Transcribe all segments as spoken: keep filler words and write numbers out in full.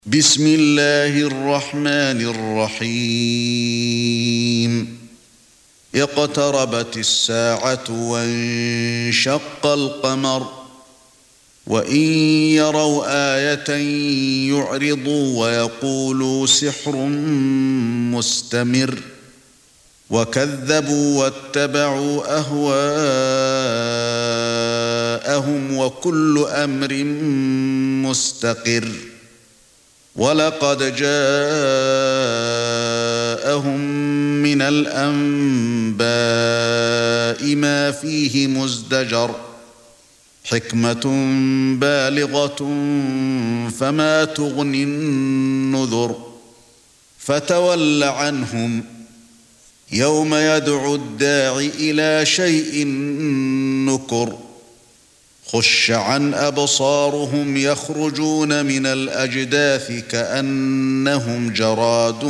بسم الله الرحمن الرحيم اقتربت الساعة وانشق القمر وإن يروا آية يعرضوا ويقولوا سحر مستمر وكذبوا واتبعوا أهواءهم وكل أمر مستقر وَلَقَدْ جَاءَهُم مِّنَ الْأَنبَاءِ مَا فِيهِ مُزْدَجَرٌ حِكْمَةٌ بَالِغَةٌ فَمَا تُغْنِ النُّذُرُ فَتَوَلَّ عَنْهُمْ يَوْمَ يَدْعُ الدَّاعِ إِلَى شَيْءٍ نُكُرٍ خُشَّ عَنْ أَبْصَارُهُمْ يَخْرُجُونَ مِنَ الْأَجْدَاثِ كَأَنَّهُمْ جَرَادٌ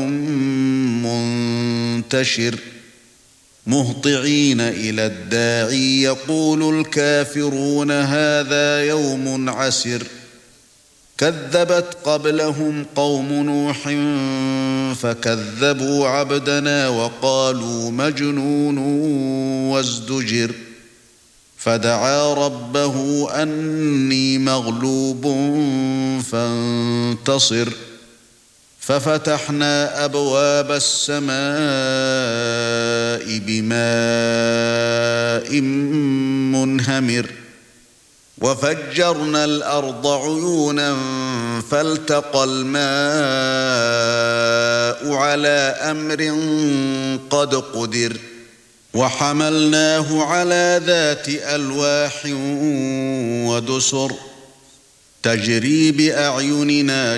مُنتَشِرٌ مُهْطِعِينَ إِلَى الدَّاعِ يَقُولُ الْكَافِرُونَ هَذَا يَوْمٌ عَسِرٌ كَذَّبَتْ قَبْلَهُمْ قَوْمُ نُوحٍ فَكَذَّبُوا عَبْدَنَا وَقَالُوا مَجْنُونٌ وَازْدُجِرَ فدعا ربه أني مغلوب فانتصر ففتحنا أبواب السماء بماء منهمر وفجرنا الأرض عيونا فالتقى الماء على أمر قد قدر وحملناه على ذات ألواح ودسر تجري بأعيننا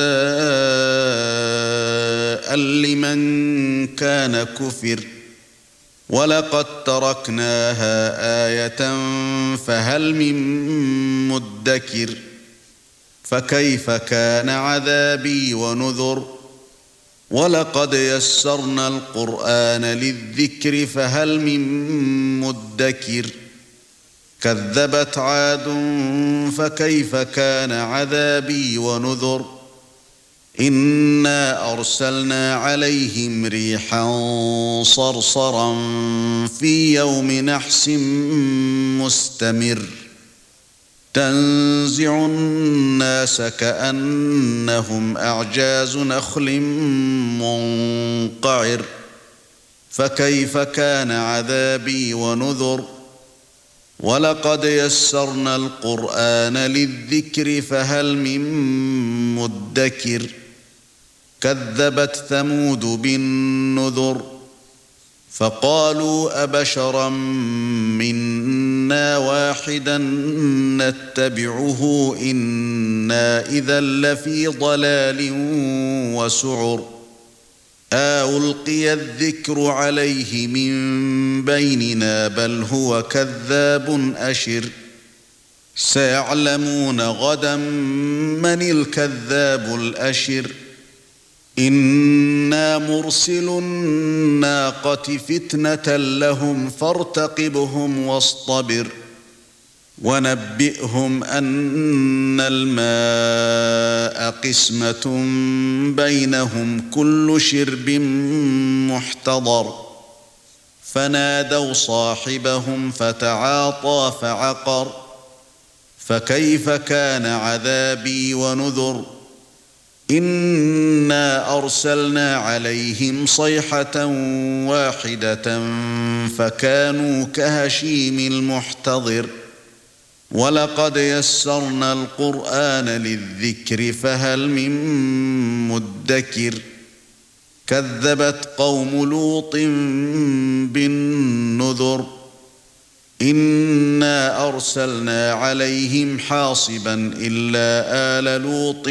جزاء لمن كان كفر ولقد تركناها آية فهل من مدكر فكيف كان عذابي ونذر وَلَقَدْ يَسَّرْنَا الْقُرْآنَ لِلذِّكْرِ فَهَلْ مِن مُّدَّكِرٍ كَذَّبَتْ عَادٌ فَكَيْفَ كَانَ عَذَابِي وَنُذُرِ إِنَّا أَرْسَلْنَا عَلَيْهِمْ رِيحًا صَرْصَرًا فِي يَوْمِ نَحْسٍ مُسْتَمِرٍّ تنزع الناس كأنهم أعجاز نخل منقعر فكيف كان عذابي ونذر ولقد يسرنا القرآن للذكر فهل من مدكر كذبت ثمود بالنذر فقالوا أبشرا منا واحدا نتبعه إنا إذا لفي ضلال وسعر ألقي الذكر عليه من بيننا بل هو كذاب أشر سيعلمون غدا من الكذاب الأشر إنا مرسل الناقة فتنة لهم فارتقبهم واصطبر ونبئهم أن الماء قسمة بينهم كل شرب محتضر فنادوا صاحبهم فتعاطى فعقر فكيف كان عذابي ونذر إنا أرسلنا عليهم صيحة واحدة فكانوا كهشيم المحتضر ولقد يسرنا القرآن للذكر فهل من مدكر كذبت قوم لوط بالنذر إنا أرسلنا عليهم حاصبا إلا آل لوط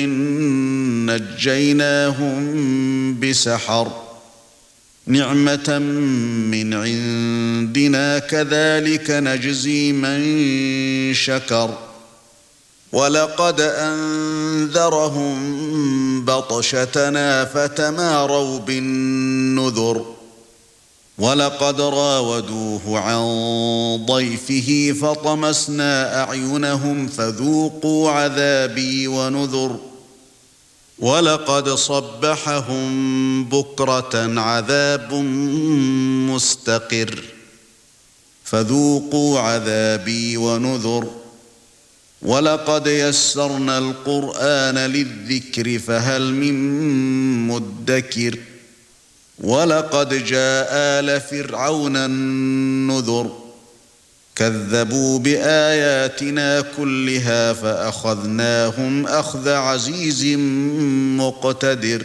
نجيناهم بسحر نعمة من عندنا كذلك نجزي من شكر ولقد أنذرهم بطشتنا فتماروا بالنذر ولقد راودوه عن ضيفه فطمسنا أعينهم فذوقوا عذابي ونذر ولقد صبحهم بكرة عذاب مستقر فذوقوا عذابي ونذر ولقد يسرنا القرآن للذكر فهل من مدكر ولقد جاء آل فرعون النذر كذبوا بآياتنا كلها فأخذناهم أخذ عزيز مقتدر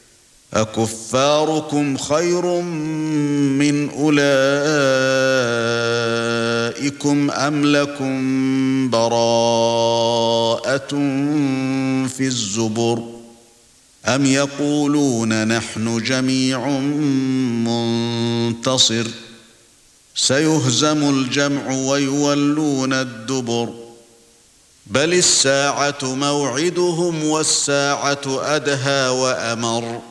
أكفاركم خير من أولئكم أم لكم براءة في الزبر أم يقولون نحن جميع منتصر سيهزم الجمع ويولون الدبر بل الساعة موعدهم والساعة أدهى وأمر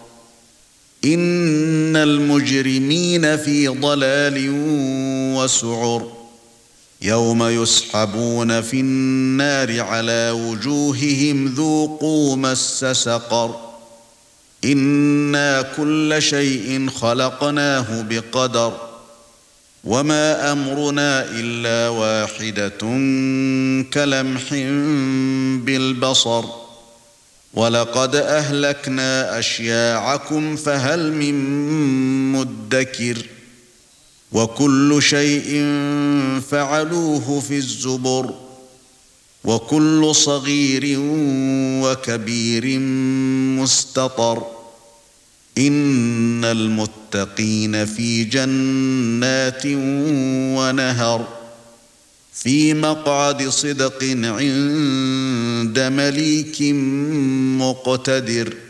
إن المجرمين في ضلال وسعر يوم يسحبون في النار على وجوههم ذوقوا مس سقر إنا كل شيء خلقناه بقدر وما أمرنا إلا واحدة كلمح بالبصر ولقد أهلكنا أشياعكم فهل من مدكر وكل شيء فعلوه في الزبر وكل صغير وكبير مستطر إن المتقين في جنات ونهر في مقعد صدق عند مليك مقتدر